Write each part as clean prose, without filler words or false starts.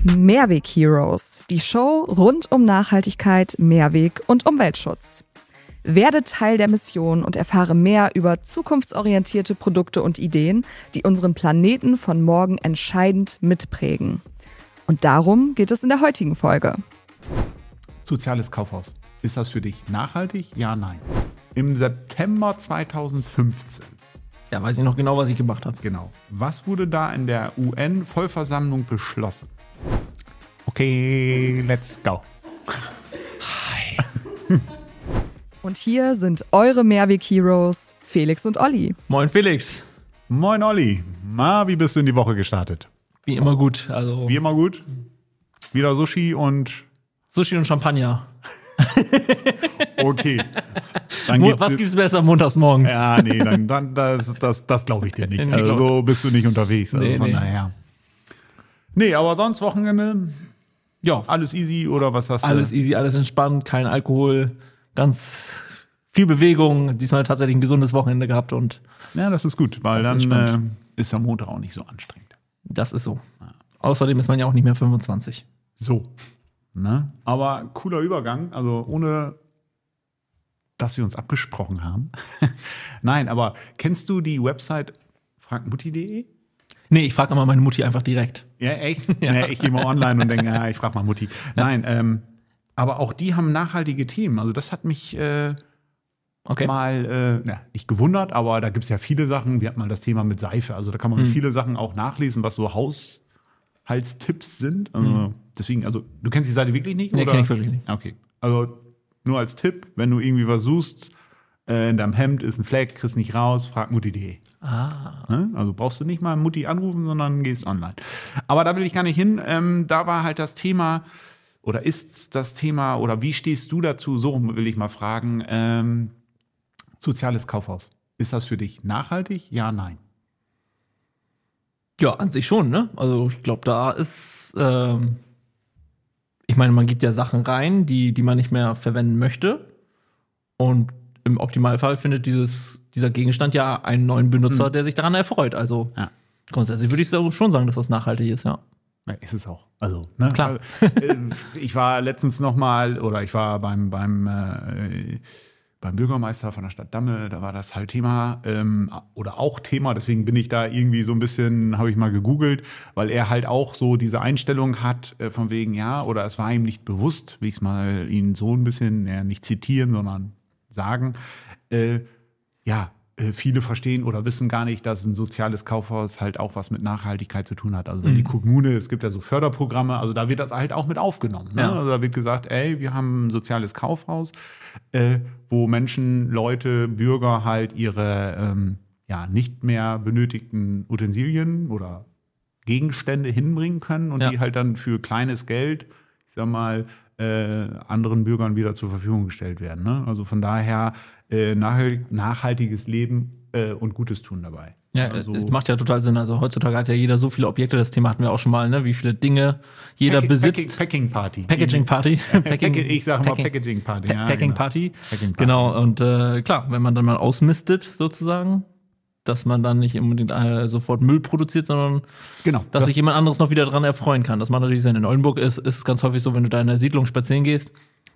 Mehrweg Heroes, die Show rund um Nachhaltigkeit, Mehrweg und Umweltschutz. Werde Teil der Mission und erfahre mehr über zukunftsorientierte Produkte und Ideen, die unseren Planeten von morgen entscheidend mitprägen. Und darum geht es in der heutigen Folge. Soziales Kaufhaus. Ist das für dich nachhaltig? Ja, nein. Im September 2015. Ja, weiß ich noch genau, was ich gemacht habe. Genau. Was wurde da in der UN-Vollversammlung beschlossen? Okay, let's go. Hi. Und hier sind eure Mehrweg Heroes, Felix und Olli. Moin Felix. Moin Olli. Na, wie bist du in die Woche gestartet? Wie immer gut. Also Wie immer gut? Wieder Sushi und... Sushi und Champagner. Okay. Dann geht's Was gibt's besser montags morgens? Ja, nee, dann das glaube ich dir nicht. Also so bist du nicht unterwegs. Also von daher. Nee, aber sonst Wochenende, Ja, alles easy oder was hast du? alles easy, alles entspannt, kein Alkohol, ganz viel Bewegung. Diesmal tatsächlich ein gesundes Wochenende gehabt und Ja, das ist gut, weil Ganz dann ist der Montag auch nicht so anstrengend. das ist so. Außerdem ist man ja auch nicht mehr 25. So. Ne? Aber cooler Übergang, also ohne, dass wir uns abgesprochen haben. Nein, aber kennst du die Website fragmutti.de? Nee, ich frage mal meine Mutti einfach direkt. Ja, echt? Ja. Nee, ich gehe mal online und denke, ja, ich frage mal Mutti. Nein, aber auch die haben nachhaltige Themen. Also das hat mich Okay. mal, nicht gewundert, aber da gibt es ja viele Sachen. Wir hatten mal das Thema mit Seife. Also da kann man viele Sachen auch nachlesen, was so Haushaltstipps sind. Also deswegen, also du kennst die Seite wirklich nicht? Nee, oder? kenn ich wirklich nicht. Okay. Also nur als Tipp, wenn du irgendwie was suchst, in deinem Hemd ist ein Fleck, kriegst nicht raus, frag Mutti.de. Ne? Also brauchst du nicht mal Mutti anrufen, sondern gehst online. Aber da will ich gar nicht hin. Da war halt das Thema, oder ist das Thema, oder wie stehst du dazu? So will ich mal fragen. Soziales Kaufhaus. Ist das für dich nachhaltig? Ja, nein. Ja, an sich schon, ne? Also ich glaube, da ist, ich meine, man gibt ja Sachen rein, die man nicht mehr verwenden möchte. Und im Optimalfall findet dieser Gegenstand ja einen neuen Benutzer, der sich daran erfreut. Also grundsätzlich würde ich schon sagen, dass das nachhaltig ist, ja. Ja, ist es auch. Also, ne? Klar. Ich war letztens noch mal, oder ich war beim Bürgermeister von der Stadt Damme, da war das halt Thema, oder auch Thema, deswegen bin ich da irgendwie so ein bisschen, habe ich mal gegoogelt, weil er halt auch so diese Einstellung hat, von wegen, ja, oder es war ihm nicht bewusst, will ich es mal ihn so ein bisschen, nicht zitieren, sondern sagen, viele verstehen oder wissen gar nicht, dass ein soziales Kaufhaus halt auch was mit Nachhaltigkeit zu tun hat. Also wenn die Kommune, es gibt ja so Förderprogramme, also da wird das halt auch mit aufgenommen. Ne? Ja. Also da wird gesagt, wir haben ein soziales Kaufhaus, wo Menschen, Leute, Bürger halt ihre nicht mehr benötigten Utensilien oder Gegenstände hinbringen können und die halt dann für kleines Geld, ich sag mal, anderen Bürgern wieder zur Verfügung gestellt werden. Ne? Also von daher nachhaltiges Leben und Gutes tun dabei. Ja, also, es macht ja total Sinn. Also heutzutage hat ja jeder so viele Objekte, das Thema hatten wir auch schon mal, ne? Wie viele Dinge jeder besitzt. Packing Party. Packaging Party. Ich sage mal Packaging Party. Packing Party. Packing Party. Genau, und klar, wenn man dann mal ausmistet sozusagen, dass man dann nicht unbedingt sofort Müll produziert, sondern dass sich jemand anderes noch wieder dran erfreuen kann. Das macht natürlich Sinn. In Oldenburg ist es ganz häufig so, wenn du da in der Siedlung spazieren gehst,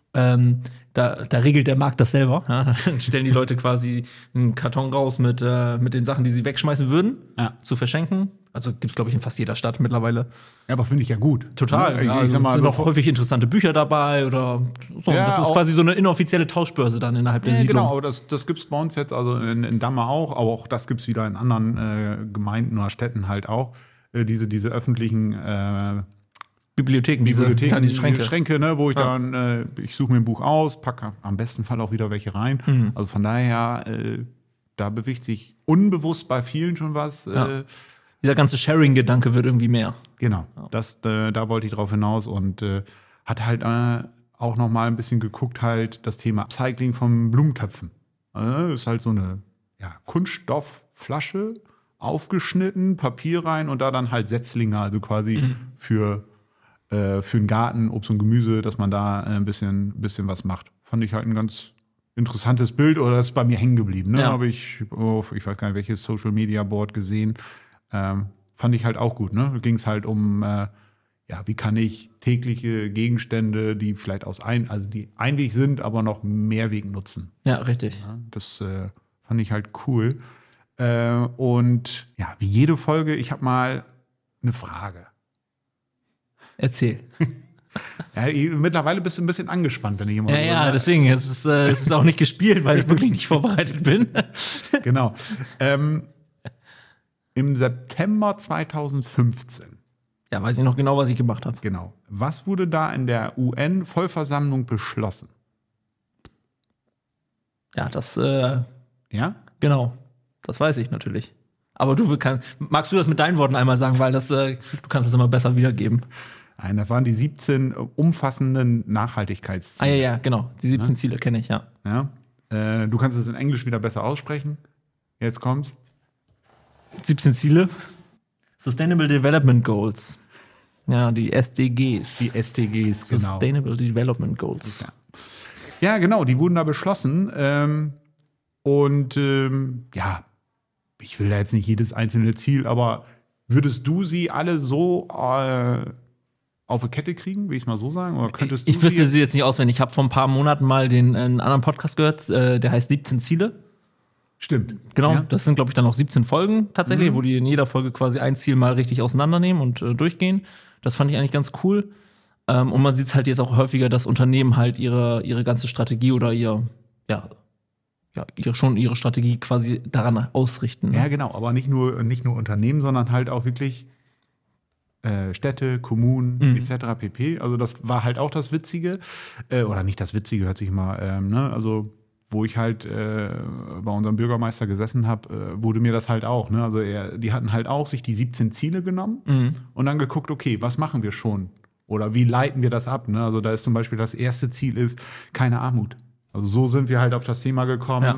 da regelt der Markt das selber. Ja? Dann stellen die Leute quasi einen Karton raus mit den Sachen, die sie wegschmeißen würden, zu verschenken. Also gibt es, glaube ich, in fast jeder Stadt mittlerweile. Ja, aber finde ich ja gut. Total. Ja, also, sind auch häufig interessante Bücher dabei oder so. Ja, das ist quasi so eine inoffizielle Tauschbörse dann innerhalb der Siedlung. Genau, aber das gibt es bei uns jetzt, also in Damme auch, aber auch das gibt es wieder in anderen Gemeinden oder Städten halt auch. Diese öffentlichen Bibliotheken, diese Schränke. Schränke, ne, wo ich dann, ich suche mir ein Buch aus, packe am besten Fall auch wieder welche rein. Also von daher, da bewegt sich unbewusst bei vielen schon was. Dieser ganze Sharing-Gedanke wird irgendwie mehr. Genau, da wollte ich drauf hinaus und hat halt auch noch mal ein bisschen geguckt, halt das Thema Upcycling von Blumentöpfen. Das ist halt so eine Kunststoffflasche, aufgeschnitten, Papier rein und da dann halt Setzlinge, also quasi für den Garten, Obst und Gemüse, dass man da ein bisschen was macht. Fand ich halt ein ganz interessantes Bild, oder das ist bei mir hängen geblieben. Ne? Habe ich weiß gar nicht, welches Social Media Board gesehen. Fand ich halt auch gut. Ne? Da ging es halt um wie kann ich tägliche Gegenstände, die vielleicht die Einweg sind, aber noch Mehrweg nutzen. Ja, richtig. Ja, das fand ich halt cool. Und ja, wie jede Folge, ich habe mal eine Frage. Erzähl. Ja, mittlerweile bist du ein bisschen angespannt, wenn ich immer deswegen. Es ist auch nicht gespielt, weil ich wirklich nicht vorbereitet bin. Genau. Im September 2015. Ja, weiß ich noch genau, was ich gemacht habe. Genau. Was wurde da in der UN-Vollversammlung beschlossen? Ja, das. Ja? Genau. Das weiß ich natürlich. Aber magst du das mit deinen Worten einmal sagen, weil du kannst es immer besser wiedergeben. Nein, das waren die 17 umfassenden Nachhaltigkeitsziele. Ja, genau. Die 17 Ziele kenne ich, ja. Du kannst es in Englisch wieder besser aussprechen. Jetzt kommt's. 17 Ziele. Sustainable Development Goals. Ja, die SDGs. Die SDGs, genau. Sustainable Development Goals. Ja, genau, die wurden da beschlossen. Ich will da jetzt nicht jedes einzelne Ziel, aber würdest du sie alle so auf die Kette kriegen, will ich es mal so sagen? Oder könntest du ich wüsste sie jetzt nicht auswendig. Ich habe vor ein paar Monaten mal einen anderen Podcast gehört, der heißt 17 Ziele. Stimmt. Genau, ja. Das sind, glaube ich, dann auch 17 Folgen tatsächlich, wo die in jeder Folge quasi ein Ziel mal richtig auseinandernehmen und durchgehen. Das fand ich eigentlich ganz cool. Und man sieht es halt jetzt auch häufiger, dass Unternehmen halt ihre ganze Strategie oder ihre Strategie quasi daran ausrichten. Ne? Ja, genau, aber nicht nur Unternehmen, sondern halt auch wirklich Städte, Kommunen etc. pp. Also das war halt auch das Witzige. Oder nicht das Witzige, hört sich mal, also wo ich halt bei unserem Bürgermeister gesessen habe, wurde mir das halt auch. Ne? Also die hatten halt auch sich die 17 Ziele genommen und dann geguckt, okay, was machen wir schon? Oder wie leiten wir das ab? Ne? Also da ist zum Beispiel das erste Ziel ist, keine Armut. Also so sind wir halt auf das Thema gekommen,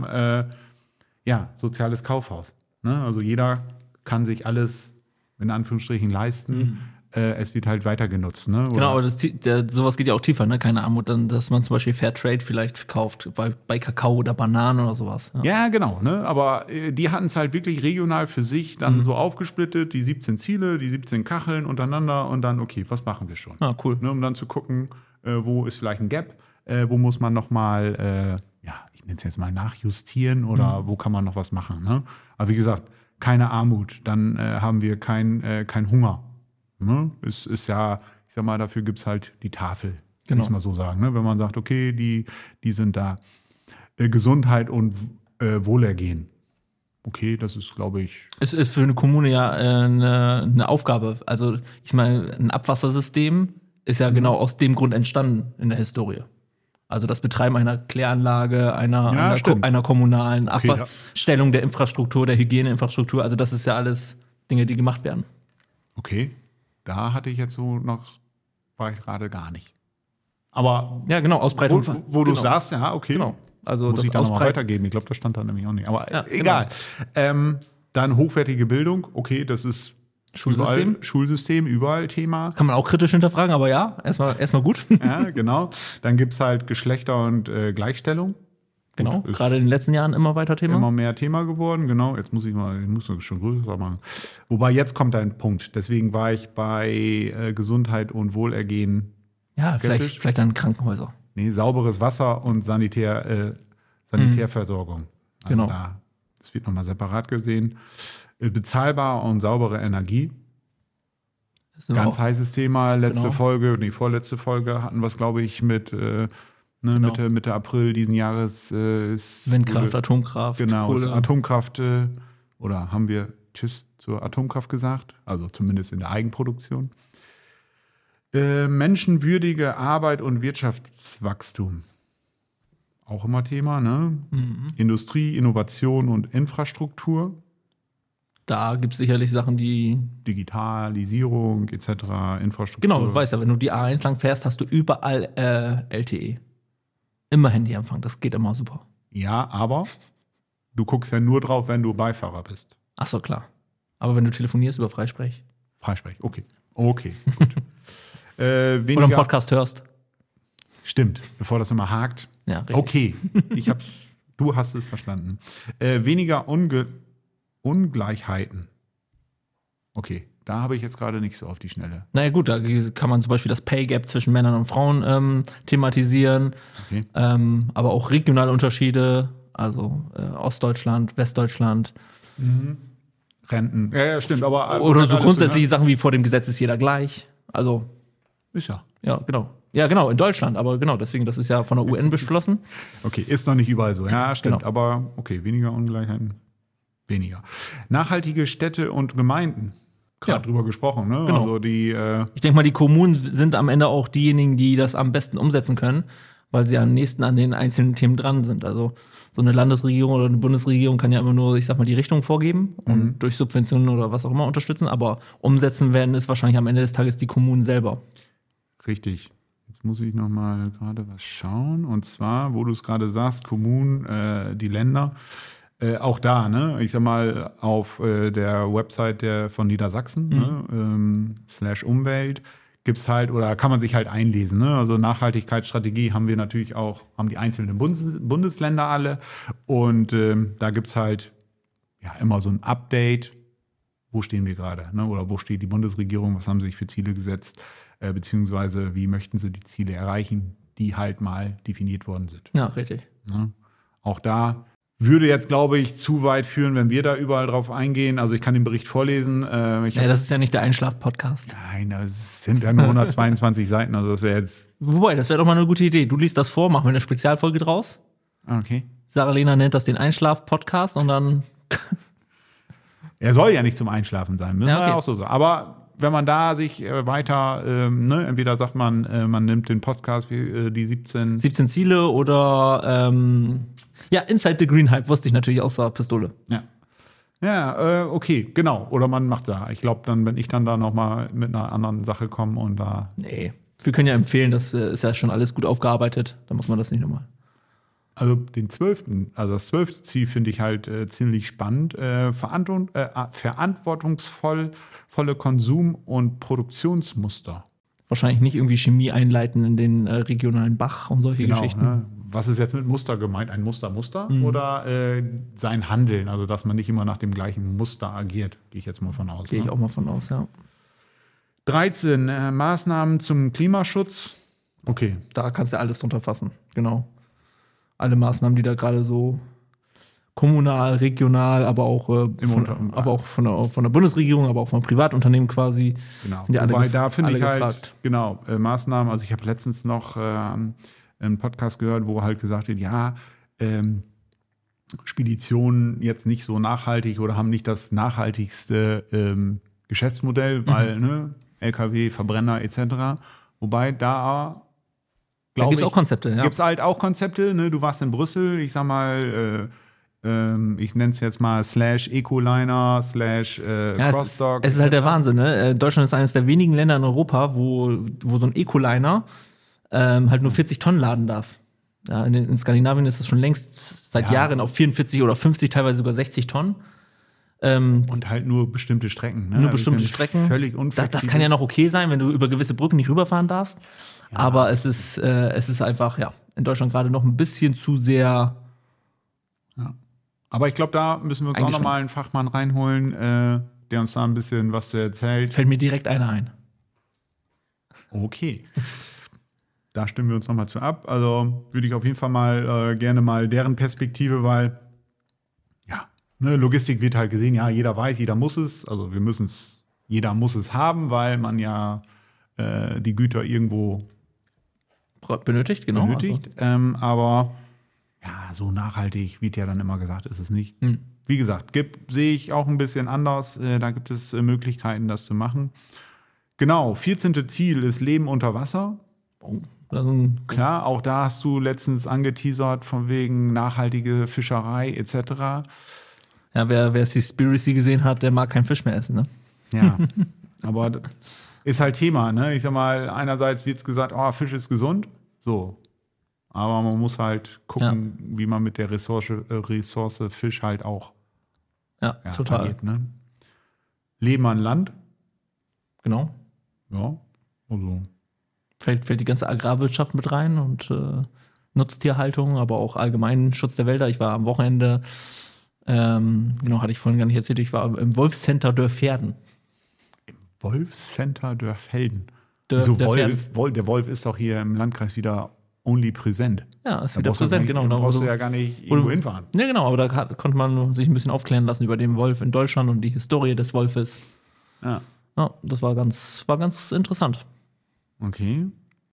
soziales Kaufhaus. Ne? Also jeder kann sich alles in Anführungsstrichen leisten. Es wird halt weiter genutzt. Ne? Genau, aber sowas geht ja auch tiefer, ne? Keine Armut, dann, dass man zum Beispiel Fairtrade vielleicht kauft, bei Kakao oder Bananen oder sowas. Ja, genau. Ne? Aber die hatten es halt wirklich regional für sich dann so aufgesplittet, die 17 Ziele, die 17 Kacheln untereinander und dann, okay, was machen wir schon? Ah, cool. Ne? Um dann zu gucken, wo ist vielleicht ein Gap, wo muss man noch mal, ich nenne es jetzt mal nachjustieren oder wo kann man noch was machen. Ne? Aber wie gesagt, keine Armut, dann haben wir kein Hunger. Ne? Es ist ja, ich sag mal, dafür gibt es halt die Tafel, genau. Muss man so sagen. Ne? Wenn man sagt, okay, die sind da. Gesundheit und Wohlergehen. Okay, das ist, glaube ich. Es ist für eine Kommune ja eine Aufgabe. Also, ich meine, ein Abwassersystem ist ja genau aus dem Grund entstanden in der Historie. Also das Betreiben einer Kläranlage, einer kommunalen Abwasserstellung der Infrastruktur, der Hygieneinfrastruktur. Also das ist ja alles Dinge, die gemacht werden. Okay, da hatte ich jetzt war ich gerade gar nicht. Aber ja, genau, Ausbreitung. Wo du sagst, ja, okay. Genau. Also muss das ich da nochmal weitergeben. Ich glaube, das stand da nämlich auch nicht. Aber egal. Genau. Dann hochwertige Bildung. Okay, das ist Schulsystem, überall Thema. Kann man auch kritisch hinterfragen, aber ja, erstmal gut. Ja, genau. Dann gibt es halt Geschlechter- und Gleichstellung. Genau, gerade in den letzten Jahren immer weiter Thema. Immer mehr Thema geworden, genau. Jetzt muss ich schon größer machen. Wobei, jetzt kommt ein Punkt. Deswegen war ich bei Gesundheit und Wohlergehen. Ja, vielleicht dann Krankenhäuser. Nee, sauberes Wasser und Sanitärversorgung. Also genau. Das wird nochmal separat gesehen. Bezahlbar und saubere Energie. Ganz heißes Thema. Vorletzte Folge hatten wir es, glaube ich, mit Mitte April diesen Jahres. Windkraft, Atomkraft. Genau, Atomkraft. Oder haben wir Tschüss zur Atomkraft gesagt? Also zumindest in der Eigenproduktion. Menschenwürdige Arbeit und Wirtschaftswachstum. Auch immer Thema, ne? Industrie, Innovation und Infrastruktur. Da gibt es sicherlich Sachen, die... Digitalisierung etc., Infrastruktur. Genau, du weißt ja, wenn du die A1 lang fährst, hast du überall LTE. Immer Handyempfang, das geht immer super. Ja, aber du guckst ja nur drauf, wenn du Beifahrer bist. Ach so, klar. Aber wenn du telefonierst über Freisprech? Freisprech, okay. Okay, gut. Oder einen Podcast hörst. Stimmt, bevor das immer hakt. Ja, richtig. Okay, du hast es verstanden. Weniger Ungleichheiten. Okay, Da habe ich jetzt gerade nicht so auf die Schnelle. Naja gut, da kann man zum Beispiel das Pay Gap zwischen Männern und Frauen thematisieren, okay. Aber auch regionale Unterschiede, also Ostdeutschland, Westdeutschland. Renten, ja, stimmt. Aber oder so grundsätzliche Sachen wie vor dem Gesetz ist jeder gleich. Also ist ja. Ja, genau. Ja, genau, in Deutschland, aber genau, deswegen, das ist ja von der UN beschlossen. Okay, ist noch nicht überall so. Ja, stimmt, genau. Aber okay, weniger Ungleichheiten. Weniger. Nachhaltige Städte und Gemeinden. Gerade drüber gesprochen, ne? Genau. Also ich denke mal, die Kommunen sind am Ende auch diejenigen, die das am besten umsetzen können, weil sie am nächsten an den einzelnen Themen dran sind. Also so eine Landesregierung oder eine Bundesregierung kann ja immer nur, ich sag mal, die Richtung vorgeben und durch Subventionen oder was auch immer unterstützen, aber umsetzen werden es wahrscheinlich am Ende des Tages die Kommunen selber. Richtig. Jetzt muss ich noch mal gerade was schauen. Und zwar, wo du es gerade sagst, Kommunen, die Länder. Auch da, ne? Ich sag mal, auf der Website von Niedersachsen, /Umwelt, gibt's halt, oder kann man sich halt einlesen, ne? Also Nachhaltigkeitsstrategie haben wir natürlich auch, haben die einzelnen Bundesländer alle. Und da gibt's halt ja immer so ein Update. Wo stehen wir gerade, ne? Oder wo steht die Bundesregierung? Was haben sie sich für Ziele gesetzt? Beziehungsweise wie möchten sie die Ziele erreichen, die halt mal definiert worden sind. Ja, richtig. Ne? Auch da würde jetzt, glaube ich, zu weit führen, wenn wir da überall drauf eingehen. Also ich kann den Bericht vorlesen. Das ist ja nicht der Einschlaf-Podcast. Nein, das sind ja nur 122 Seiten. Also das wäre jetzt. Wobei, das wäre doch mal eine gute Idee. Du liest das vor, machen wir eine Spezialfolge draus. Okay. Sarah-Lena nennt das den Einschlaf-Podcast und dann. Er soll ja nicht zum Einschlafen sein, müssen wir ja auch so sagen. Aber wenn man da sich weiter, entweder sagt man, man nimmt den Podcast wie die 17 Ziele oder Inside the Green Hype wusste ich natürlich aus der Pistole. Ja, okay, genau. Oder man macht da. Ich glaube, dann, wenn ich dann da nochmal mit einer anderen Sache komme und da. Nee, wir können ja empfehlen, das ist ja schon alles gut aufgearbeitet. Da muss man das nicht nochmal. Also das 12. Ziel finde ich halt ziemlich spannend. Verantwortungsvolle Konsum- und Produktionsmuster. Wahrscheinlich nicht irgendwie Chemie einleiten in den regionalen Bach und solche Geschichten. Ne? Was ist jetzt mit Muster gemeint? Ein Muster oder sein Handeln? Also, dass man nicht immer nach dem gleichen Muster agiert. Gehe ich jetzt mal von aus. Gehe ich auch mal von aus, ja. 13. Maßnahmen zum Klimaschutz. Okay. Da kannst du alles drunter fassen, genau. Alle Maßnahmen, die da gerade so kommunal, regional, aber auch von der Bundesregierung, aber auch von Privatunternehmen quasi. Genau. Sind ja alle Wobei da finde ich halt, gefragt. Genau, Maßnahmen, also ich habe letztens noch einen Podcast gehört, wo halt gesagt wird, Speditionen jetzt nicht so nachhaltig oder haben nicht das nachhaltigste Geschäftsmodell, weil LKW, Verbrenner etc. Wobei da gibt es auch Konzepte, ja. Gibt es halt auch Konzepte, ne? Du warst in Brüssel, ich sag mal, ich nenne es jetzt mal /Ecoliner, Crossdock. Es ist halt der Wahnsinn, ne? Deutschland ist eines der wenigen Länder in Europa, wo so ein Ecoliner halt nur 40 Tonnen laden darf. Ja, in Skandinavien ist das schon längst seit Jahren auf 44 oder 50, teilweise sogar 60 Tonnen. Und halt nur bestimmte Strecken. Ne? Nur bestimmte Strecken. Völlig unflexibel. Das kann ja noch okay sein, wenn du über gewisse Brücken nicht rüberfahren darfst. Ja. Aber es ist einfach, in Deutschland gerade noch ein bisschen zu sehr. Ja. Aber ich glaube, da müssen wir uns auch nochmal einen Fachmann reinholen, der uns da ein bisschen was zu erzählt. Fällt mir direkt einer ein. Okay. Da stimmen wir uns nochmal zu ab. Also würde ich auf jeden Fall mal gerne mal deren Perspektive, weil Logistik wird halt gesehen, jeder weiß, jeder muss es. Also jeder muss es haben, weil man ja die Güter irgendwo benötigt, genau. Also. Aber so nachhaltig wird ja dann immer gesagt, ist es nicht. Wie gesagt, sehe ich auch ein bisschen anders. Da gibt es Möglichkeiten, das zu machen. Genau, 14. Ziel ist Leben unter Wasser. Klar, auch da hast du letztens angeteasert von wegen nachhaltige Fischerei etc. Ja, wer Seaspiracy gesehen hat, der mag keinen Fisch mehr essen, ne? Ja, aber ist halt Thema, ne? Ich sag mal, einerseits wird gesagt, Fisch ist gesund, so. Aber man muss halt gucken, wie man mit der Ressource Fisch halt auch total agiert, ne? Leben an Land. Genau. Ja, also. Fällt die ganze Agrarwirtschaft mit rein und Nutztierhaltung, aber auch allgemeinen Schutz der Wälder. Ich war am Wochenende, hatte ich vorhin gar nicht erzählt, ich war im Wolfscenter Dörferden. Im Wolfscenter Dörfelden. Der Wolf ist doch hier im Landkreis wieder only präsent. Ja, ist wieder präsent, genau. Da brauchst du ja gar nicht irgendwo hinfahren. Ja, genau, aber da konnte man sich ein bisschen aufklären lassen über den Wolf in Deutschland und die Historie des Wolfes. Ja. Ja, das war ganz interessant. Okay.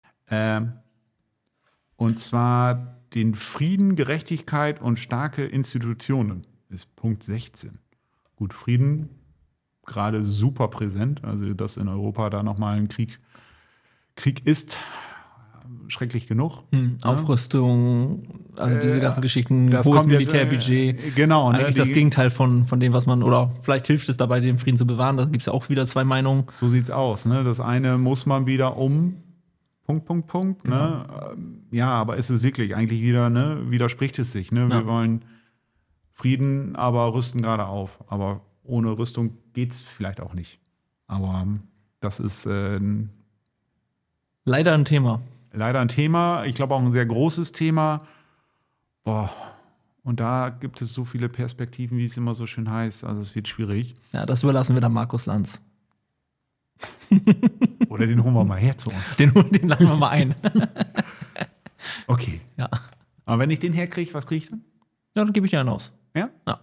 Und zwar den Frieden, Gerechtigkeit und starke Institutionen ist Punkt 16. Gut, Frieden gerade super präsent, also dass in Europa da nochmal ein Krieg ist, schrecklich genug. Aufrüstung, also diese ganzen Geschichten, hohes Militärbudget. Genau. Eigentlich das Gegenteil von dem, was man, oder vielleicht hilft es dabei, den Frieden zu bewahren. Da gibt es ja auch wieder zwei Meinungen. So sieht's aus. Ne? Das eine muss man wieder Punkt. Ne? Ja, aber ist es wirklich eigentlich wieder, ne? Widerspricht es sich. Ne? Wir wollen Frieden, aber rüsten gerade auf. Aber ohne Rüstung geht's vielleicht auch nicht. Aber das ist leider ein Thema. Ich glaube auch ein sehr großes Thema. Boah. Und da gibt es so viele Perspektiven, wie es immer so schön heißt. Also es wird schwierig. Ja, das überlassen wir dann Markus Lanz. Oder den holen wir mal her zu uns. Den laden wir mal ein. Okay. Ja. Aber wenn ich den herkriege, was kriege ich dann? Ja, dann gebe ich einen aus. Ja? Ja.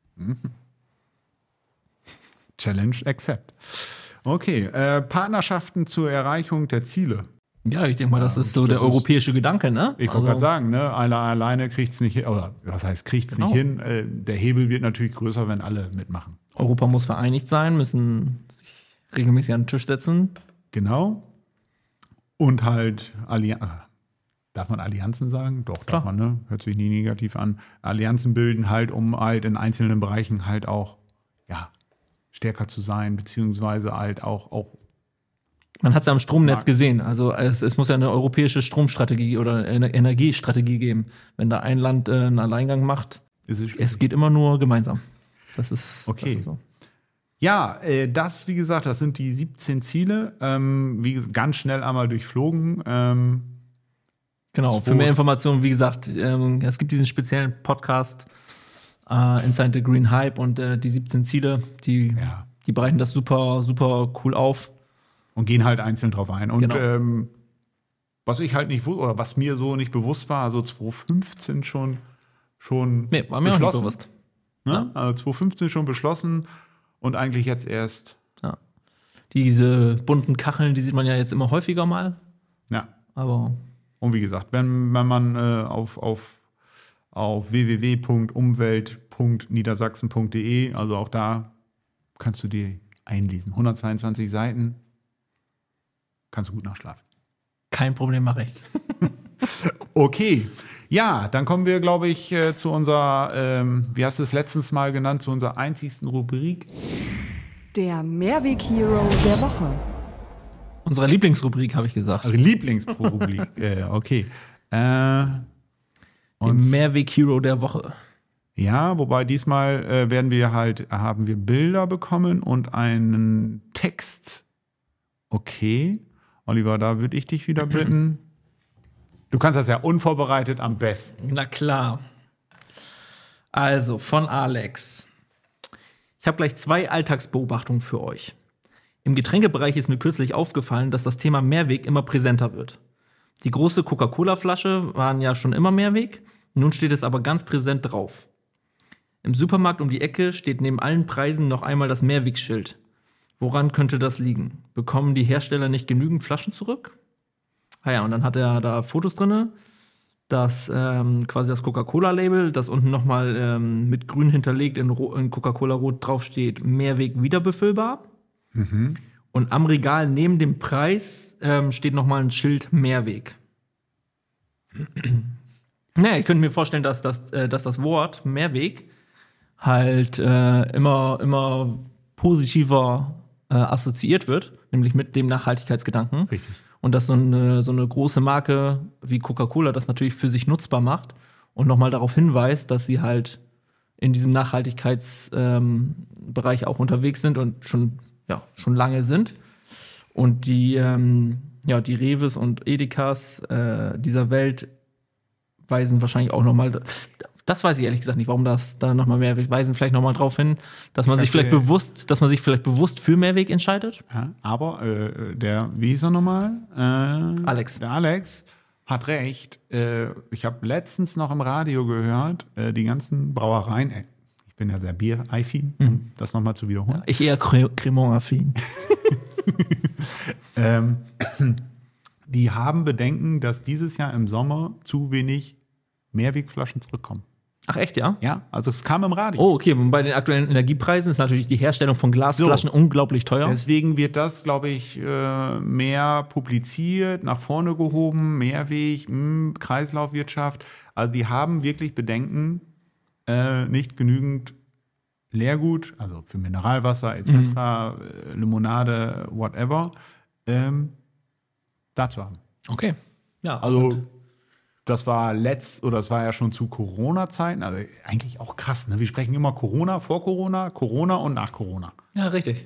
Challenge accept. Okay. Partnerschaften zur Erreichung der Ziele. Ja, ich denke mal, das ist so der europäische Gedanke, ne? Ich wollte gerade sagen, ne? Alleine kriegt es nicht hin. Oder was heißt, kriegt es nicht hin? Der Hebel wird natürlich größer, wenn alle mitmachen. Europa muss vereinigt sein, müssen sich regelmäßig an den Tisch setzen. Genau. Und halt darf man Allianzen sagen? Doch, darf man, ne? Hört sich nie negativ an. Allianzen bilden halt, um halt in einzelnen Bereichen halt auch, stärker zu sein, beziehungsweise halt auch man hat es ja am Stromnetz gesehen. Also es muss ja eine europäische Stromstrategie oder eine Energiestrategie geben. Wenn da ein Land einen Alleingang macht, es geht immer nur gemeinsam. Das ist okay. Das ist so. Ja, wie gesagt, das sind die 17 Ziele. Ganz schnell einmal durchflogen. Genau, für mehr Informationen, wie gesagt, es gibt diesen speziellen Podcast Inside the Green Hype und die 17 Ziele, die bereiten das super, super cool auf. Und gehen halt einzeln drauf ein. Und genau. Was ich halt nicht wusste, oder was mir so nicht bewusst war, also 2015 schon war mir auch nicht bewusst. Ne? Ja. Also 2015 schon beschlossen und eigentlich jetzt erst. Ja. Diese bunten Kacheln, die sieht man ja jetzt immer häufiger mal. Ja. Aber. Und wie gesagt, wenn man auf www.umwelt.niedersachsen.de, also auch da kannst du dir einlesen. 122 Seiten. Kannst du gut nachschlafen. Kein Problem, mache ich. Okay. Ja, dann kommen wir, glaube ich, zu unserer, wie hast du es letztens mal genannt, zu unserer einzigsten Rubrik. Der Mehrweg-Hero der Woche. Unsere Lieblingsrubrik, habe ich gesagt. Lieblingsrubrik, okay. Der Mehrweg-Hero der Woche. Ja, wobei diesmal haben wir Bilder bekommen und einen Text. Okay. Oliver, da würde ich dich wieder bitten. Du kannst das ja unvorbereitet am besten. Na klar. Also, von Alex. Ich habe gleich 2 Alltagsbeobachtungen für euch. Im Getränkebereich ist mir kürzlich aufgefallen, dass das Thema Mehrweg immer präsenter wird. Die große Coca-Cola-Flasche waren ja schon immer Mehrweg, nun steht es aber ganz präsent drauf. Im Supermarkt um die Ecke steht neben allen Preisen noch einmal das Mehrwegschild. Woran könnte das liegen? Bekommen die Hersteller nicht genügend Flaschen zurück? Und dann hat er da Fotos drin, das quasi das Coca-Cola-Label, das unten nochmal mit grün hinterlegt in Coca-Cola-Rot draufsteht, Mehrweg wiederbefüllbar. Mhm. Und am Regal neben dem Preis steht nochmal ein Schild Mehrweg. Ich könnte mir vorstellen, dass das Wort Mehrweg halt immer positiver assoziiert wird, nämlich mit dem Nachhaltigkeitsgedanken. Richtig. Und dass so eine große Marke wie Coca-Cola das natürlich für sich nutzbar macht und nochmal darauf hinweist, dass sie halt in diesem Nachhaltigkeitsbereich auch unterwegs sind und schon lange sind. Und die Reves und Edekas dieser Welt weisen wahrscheinlich auch nochmal Das weiß ich ehrlich gesagt nicht, warum das da nochmal Mehrweg. Weisen vielleicht nochmal drauf hin, dass man sich vielleicht bewusst für Mehrweg entscheidet. Ja, aber wie hieß er nochmal? Alex. Der Alex hat recht. Ich habe letztens noch im Radio gehört, die ganzen Brauereien, ich bin ja sehr Bier-affin, um das nochmal zu wiederholen. Ja, ich eher Cremant-affin. Die haben Bedenken, dass dieses Jahr im Sommer zu wenig Mehrwegflaschen zurückkommen. Ach echt, ja? Ja, also es kam im Radio. Oh, okay. Und bei den aktuellen Energiepreisen ist natürlich die Herstellung von Glasflaschen unglaublich teuer. Deswegen wird das, glaube ich, mehr publiziert, nach vorne gehoben, Mehrweg, Kreislaufwirtschaft. Also die haben wirklich Bedenken, nicht genügend Leergut, also für Mineralwasser etc., Limonade, whatever, dazu haben. Okay. Ja, also das war ja schon zu Corona-Zeiten, also eigentlich auch krass, ne? Wir sprechen immer Corona, vor Corona, Corona und nach Corona. Ja, richtig.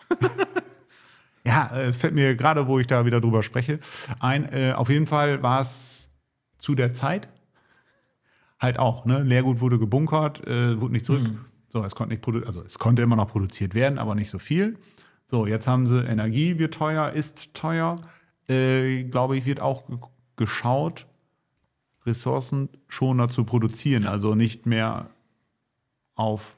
Ja, fällt mir gerade, wo ich da wieder drüber spreche, ein. Auf jeden Fall war es zu der Zeit halt auch, ne? Leergut wurde gebunkert, wurde nicht zurück. So, es konnte immer noch produziert werden, aber nicht so viel. So, jetzt haben sie Energie wird teuer, ist teuer. Glaube ich, wird auch geschaut, ressourcenschoner zu produzieren. Also nicht mehr auf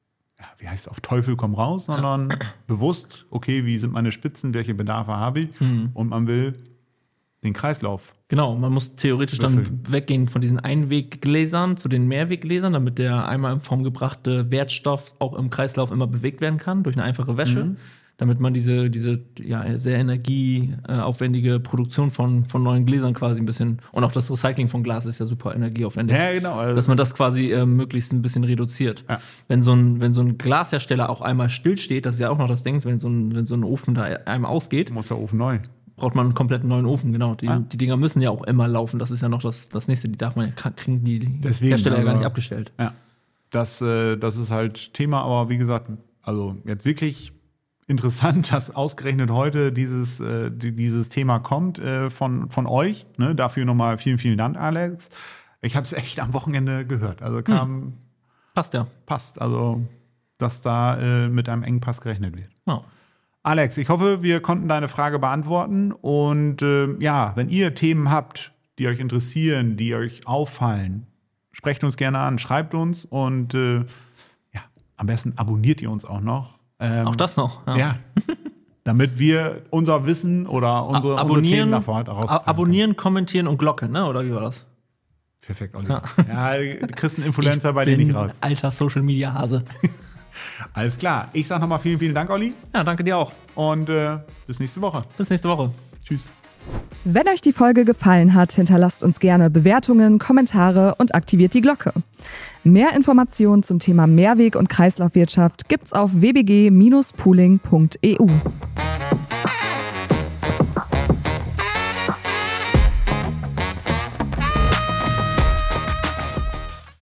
Teufel komm raus, sondern bewusst, okay, wie sind meine Spitzen, welche Bedarfe habe ich? Und man will den Kreislauf. Genau, man muss theoretisch dann weggehen von diesen Einweggläsern zu den Mehrweggläsern, damit der einmal in Form gebrachte Wertstoff auch im Kreislauf immer bewegt werden kann durch eine einfache Wäsche. Damit man diese sehr energieaufwendige Produktion von neuen Gläsern quasi ein bisschen, und auch das Recycling von Glas ist ja super energieaufwendig. Ja, genau. Also dass man das quasi möglichst ein bisschen reduziert. Ja. Wenn so ein Glashersteller auch einmal stillsteht, das ist ja auch noch das Ding, wenn so ein Ofen da einmal ausgeht. Muss der Ofen neu. Braucht man einen kompletten neuen Ofen, genau. Die Dinger müssen ja auch immer laufen. Das ist ja noch das Nächste. Die kriegen die Hersteller ja gar nicht abgestellt. Ja. Das ist halt Thema, aber wie gesagt, also jetzt wirklich interessant, dass ausgerechnet heute dieses Thema kommt von euch. Ne? Dafür nochmal vielen, vielen Dank, Alex. Ich habe es echt am Wochenende gehört. Also Passt ja. Passt. Also, dass da mit einem Engpass gerechnet wird. Oh. Alex, ich hoffe, wir konnten deine Frage beantworten. Und wenn ihr Themen habt, die euch interessieren, die euch auffallen, sprecht uns gerne an, schreibt uns und am besten abonniert ihr uns auch noch. Auch das noch. Ja. Damit wir unser Wissen oder unsere Themen nach vorne rausfinden. Abonnieren, kommentieren und Glocke, ne? Oder wie war das? Perfekt, Olli. Ja, du kriegst einen Influencer bei dir nicht raus. Alter Social-Media-Hase. Alles klar. Ich sag nochmal vielen, vielen Dank, Olli. Ja, danke dir auch. Und bis nächste Woche. Bis nächste Woche. Tschüss. Wenn euch die Folge gefallen hat, hinterlasst uns gerne Bewertungen, Kommentare und aktiviert die Glocke. Mehr Informationen zum Thema Mehrweg- und Kreislaufwirtschaft gibt's auf wbg-pooling.eu.